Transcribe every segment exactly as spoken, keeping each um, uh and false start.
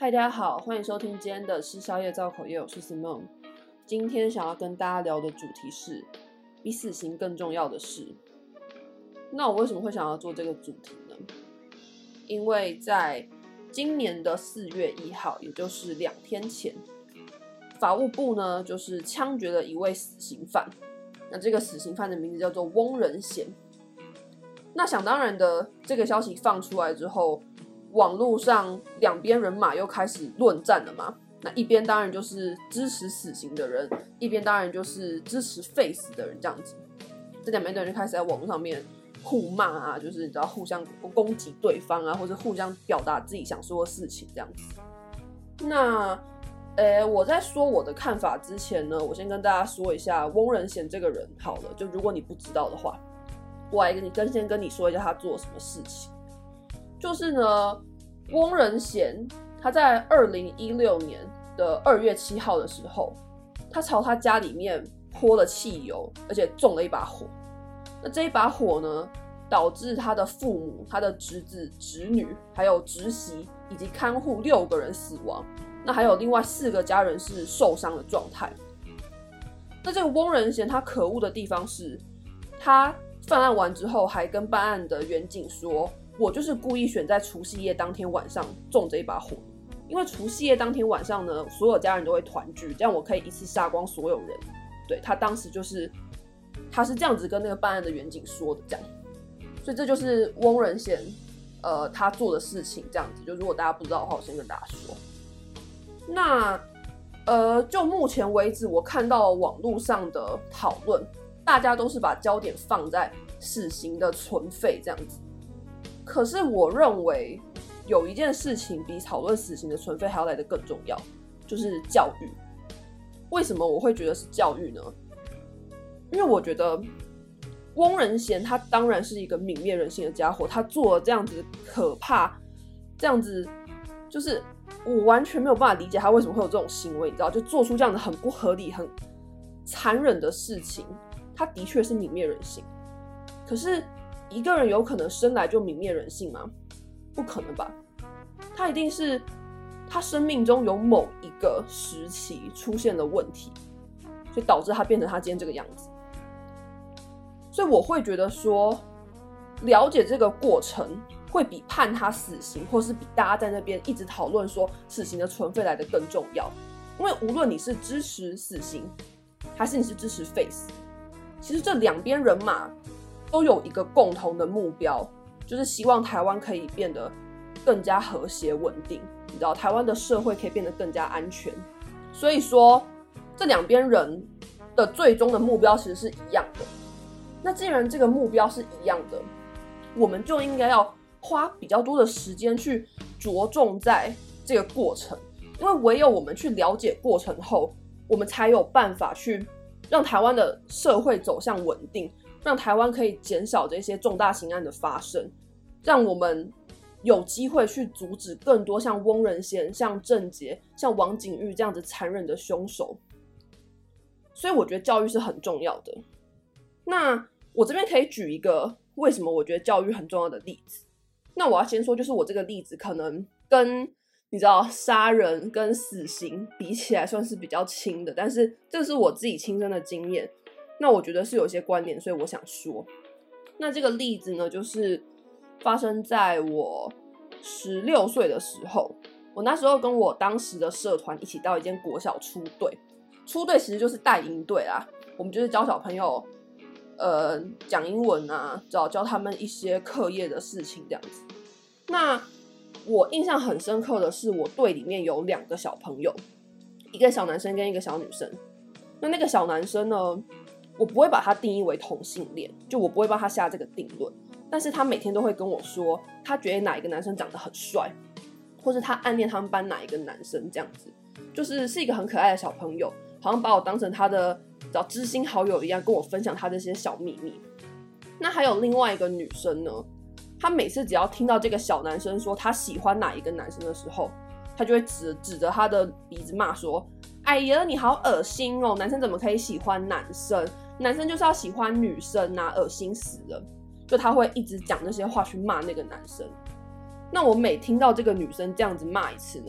嗨，大家好，欢迎收听今天的吃宵夜造口业，我是 Simone。今天想要跟大家聊的主题是比死刑更重要的事。那我为什么会想要做这个主题呢？因为在今年的四月一号，也就是两天前，法务部呢就是枪决了一位死刑犯。那这个死刑犯的名字叫做翁仁贤。那想当然的，这个消息放出来之后，网络上两边人马又开始论战了嘛。那一边当然就是支持死刑的人，一边当然就是支持废死的人，这样子。这两边的人就开始在网络上面互骂啊，就是你知道互相攻击对方啊，或者互相表达自己想说的事情这样子。那呃，我在说我的看法之前呢，我先跟大家说一下翁仁贤这个人好了，就如果你不知道的话，我来跟你跟先跟你说一下他做了什么事情。就是呢，翁仁贤他在二零一六年的二月七号的时候，他朝他家里面泼了汽油，而且中了一把火。那这一把火呢，导致他的父母、他的侄子、侄女，还有侄媳以及看护六个人死亡。那还有另外四个家人是受伤的状态。那这个翁仁贤他可恶的地方是，他犯案完之后还跟办案的员警说，我就是故意选在除夕夜当天晚上中这一把火，因为除夕夜当天晚上呢，所有家人都会团聚，这样我可以一次杀光所有人。对，他当时就是他是这样子跟那个办案的员警说的，这样，所以这就是翁仁贤呃他做的事情，这样子。就如果大家不知道的话，我先跟大家说。那呃，就目前为止，我看到网络上的讨论，大家都是把焦点放在死刑的存废这样子。可是我认为有一件事情比讨论死刑的存废还要来得更重要，就是教育。为什么我会觉得是教育呢？因为我觉得翁仁贤他当然是一个泯灭人性的家伙，他做了这样子可怕，这样子就是我完全没有办法理解他为什么会有这种行为，你知道，就做出这样的很不合理、很残忍的事情，他的确是泯灭人性。可是一个人有可能生来就泯灭人性吗？不可能吧。他一定是他生命中有某一个时期出现了问题，所以导致他变成他今天这个样子。所以我会觉得说，了解这个过程会比判他死刑，或是比大家在那边一直讨论说死刑的存废来得更重要。因为无论你是支持死刑，还是你是支持废死，其实这两边人马都有一个共同的目标，就是希望台湾可以变得更加和谐稳定，你知道，台湾的社会可以变得更加安全。所以说，这两边人的最终的目标其实是一样的。那既然这个目标是一样的，我们就应该要花比较多的时间去着重在这个过程，因为唯有我们去了解过程后，我们才有办法去让台湾的社会走向稳定，让台湾可以减少这些重大刑案的发生，让我们有机会去阻止更多像翁仁贤、像郑捷、像王景玉这样子残忍的凶手。所以我觉得教育是很重要的。那我这边可以举一个为什么我觉得教育很重要的例子。那我要先说，就是我这个例子可能跟你知道杀人跟死刑比起来算是比较轻的，但是这是我自己亲身的经验，那我觉得是有些关联，所以我想说。那这个例子呢，就是发生在我十六岁的时候，我那时候跟我当时的社团一起到一间国小出队，出队其实就是带营队啦，我们就是教小朋友呃讲英文啊，教教他们一些课业的事情这样子。那我印象很深刻的是，我队里面有两个小朋友，一个小男生跟一个小女生。那那个小男生呢，我不会把他定义为同性恋，就我不会帮他下这个定论，但是他每天都会跟我说，他觉得哪一个男生长得很帅，或是他暗恋他们班哪一个男生，这样子，就是是一个很可爱的小朋友，好像把我当成他的知心好友一样，跟我分享他这些小秘密。那还有另外一个女生呢，她每次只要听到这个小男生说他喜欢哪一个男生的时候，她就会指指着他的鼻子骂说，哎呀你好恶心哦，男生怎么可以喜欢男生，男生就是要喜欢女生啊，恶心死了。就他会一直讲那些话去骂那个男生。那我每听到这个女生这样子骂一次呢，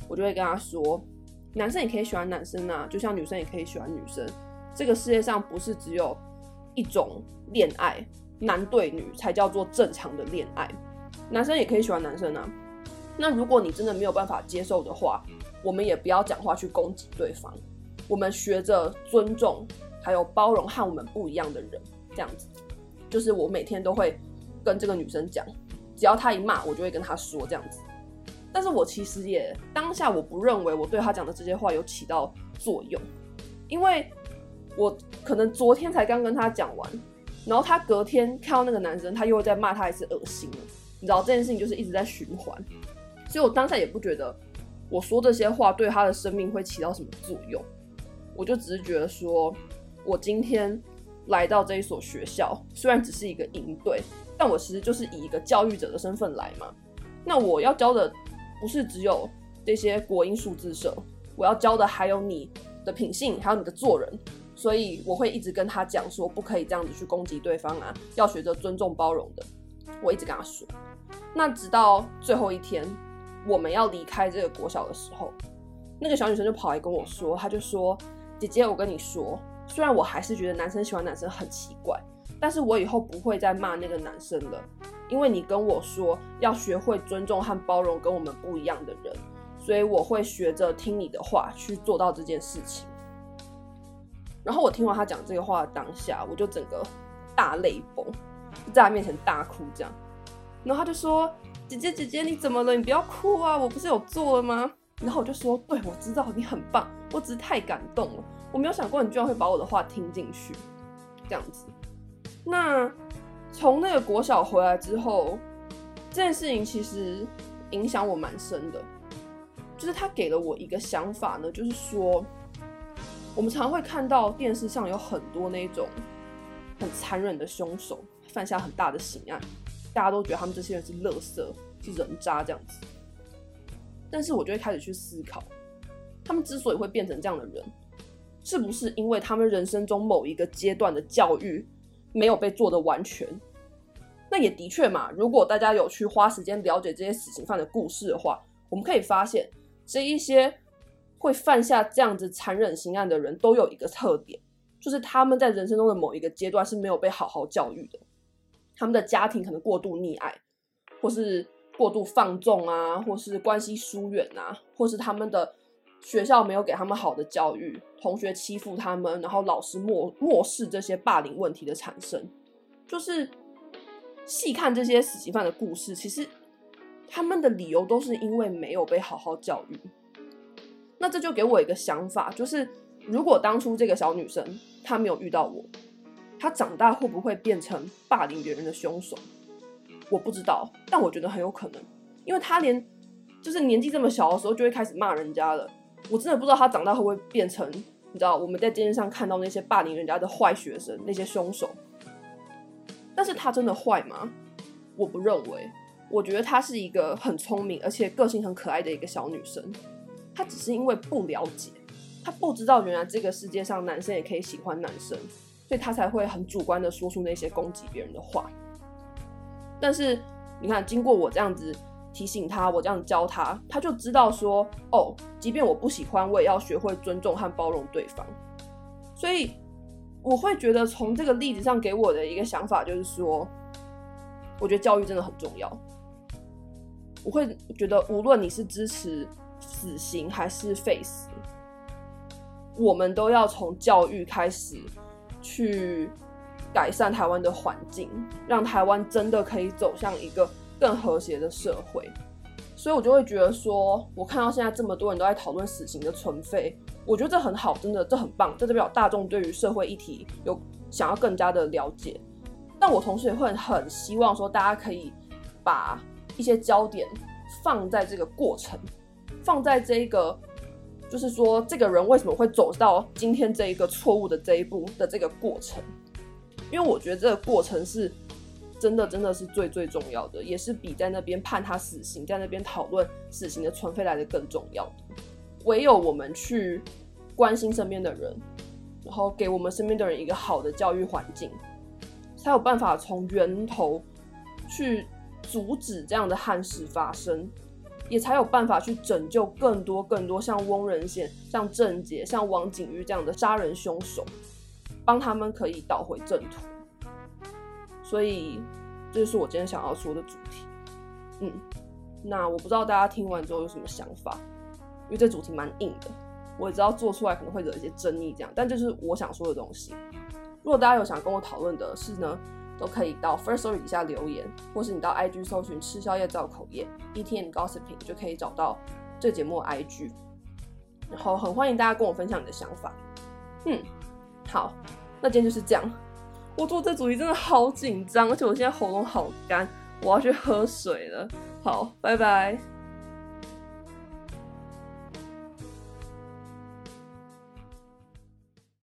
我就会跟他说，男生也可以喜欢男生啊，就像女生也可以喜欢女生。这个世界上不是只有一种恋爱，男对女才叫做正常的恋爱，男生也可以喜欢男生啊。那如果你真的没有办法接受的话，我们也不要讲话去攻击对方，我们学着尊重还有包容和我们不一样的人，这样子。就是我每天都会跟这个女生讲，只要她一骂我就会跟她说这样子。但是我其实也当下我不认为我对她讲的这些话有起到作用，因为我可能昨天才刚跟她讲完，然后她隔天看到那个男生，她又会再骂他一次恶心了，你知道这件事情就是一直在循环，所以我当下也不觉得我说这些话对她的生命会起到什么作用，我就只是觉得说我今天来到这一所学校，虽然只是一个营队，但我其实就是以一个教育者的身份来嘛。那我要教的不是只有这些国英数自社，我要教的还有你的品性，还有你的做人。所以我会一直跟他讲说，不可以这样子去攻击对方啊，要学着尊重包容的。我一直跟他说。那直到最后一天，我们要离开这个国小的时候，那个小女生就跑来跟我说，她就说：“姐姐，我跟你说。”虽然我还是觉得男生喜欢男生很奇怪，但是我以后不会再骂那个男生了，因为你跟我说要学会尊重和包容跟我们不一样的人，所以我会学着听你的话去做到这件事情。然后我听完他讲这个话的当下，我就整个大泪崩，在他面前大哭这样。然后他就说：“姐姐姐姐，你怎么了？你不要哭啊，我不是有做了吗？”然后我就说：“对，我知道你很棒，我只是太感动了。我没有想过你居然会把我的话听进去，这样子。”那从那个国小回来之后，这件事情其实影响我蛮深的，就是他给了我一个想法呢，就是说，我们常会看到电视上有很多那种很残忍的凶手，犯下很大的刑案，大家都觉得他们这些人是垃圾，是人渣这样子。但是我就会开始去思考，他们之所以会变成这样的人，是不是因为他们人生中某一个阶段的教育没有被做得完全？那也的确嘛，如果大家有去花时间了解这些死刑犯的故事的话，我们可以发现，这一些会犯下这样子残忍刑案的人都有一个特点，就是他们在人生中的某一个阶段是没有被好好教育的。他们的家庭可能过度溺爱，或是过度放纵啊，或是关系疏远啊，或是他们的学校没有给他们好的教育，同学欺负他们，然后老师漠漠视这些霸凌问题的产生。就是细看这些死刑犯的故事，其实他们的理由都是因为没有被好好教育。那这就给我一个想法，就是如果当初这个小女生她没有遇到我，她长大会不会变成霸凌别人的凶手？我不知道，但我觉得很有可能，因为她连就是年纪这么小的时候就会开始骂人家了。我真的不知道她长大会不会变成，你知道我们在电视上看到那些霸凌人家的坏学生，那些凶手。但是她真的坏吗？我不认为。我觉得她是一个很聪明而且个性很可爱的一个小女生。她只是因为不了解，她不知道原来这个世界上男生也可以喜欢男生，所以她才会很主观的说出那些攻击别人的话。但是你看，经过我这样子提醒她，我这样教她，她就知道说，哦，即便我不喜欢，我也要学会尊重和包容对方。所以我会觉得从这个例子上给我的一个想法就是说，我觉得教育真的很重要。我会觉得无论你是支持死刑还是废死，我们都要从教育开始去改善台湾的环境，让台湾真的可以走向一个更和谐的社会。所以我就会觉得说，我看到现在这么多人都在讨论死刑的存废，我觉得这很好，真的这很棒，这代表大众对于社会议题有想要更加的了解。但我同时也会很希望说，大家可以把一些焦点放在这个过程，放在这一个就是说这个人为什么会走到今天这一个错误的这一步的这个过程。因为我觉得这个过程是真的真的是最最重要的，也是比在那边判他死刑，在那边讨论死刑的存废来的更重要的。唯有我们去关心身边的人，然后给我们身边的人一个好的教育环境，才有办法从源头去阻止这样的憾事发生。 也才有办法去拯救更多更多像翁仁贤、像郑捷、像王景玉这样的杀人凶手，帮他们可以导回正途。所以这就是我今天想要说的主题。嗯，那我不知道大家听完之后有什么想法，因为这主题蛮硬的，我也知道做出来可能会惹一些争议这样，但这就是我想说的东西。如果大家有想跟我讨论的事呢，都可以到 Firstory 底下留言，或是你到 I G 搜寻吃宵夜造口业 E T N Gossiping 就可以找到这节目的 I G， 然后很欢迎大家跟我分享你的想法。嗯，好，那今天就是这样。我做这主题真的好紧张，而且我现在喉咙好干，我要去喝水了。好，拜拜。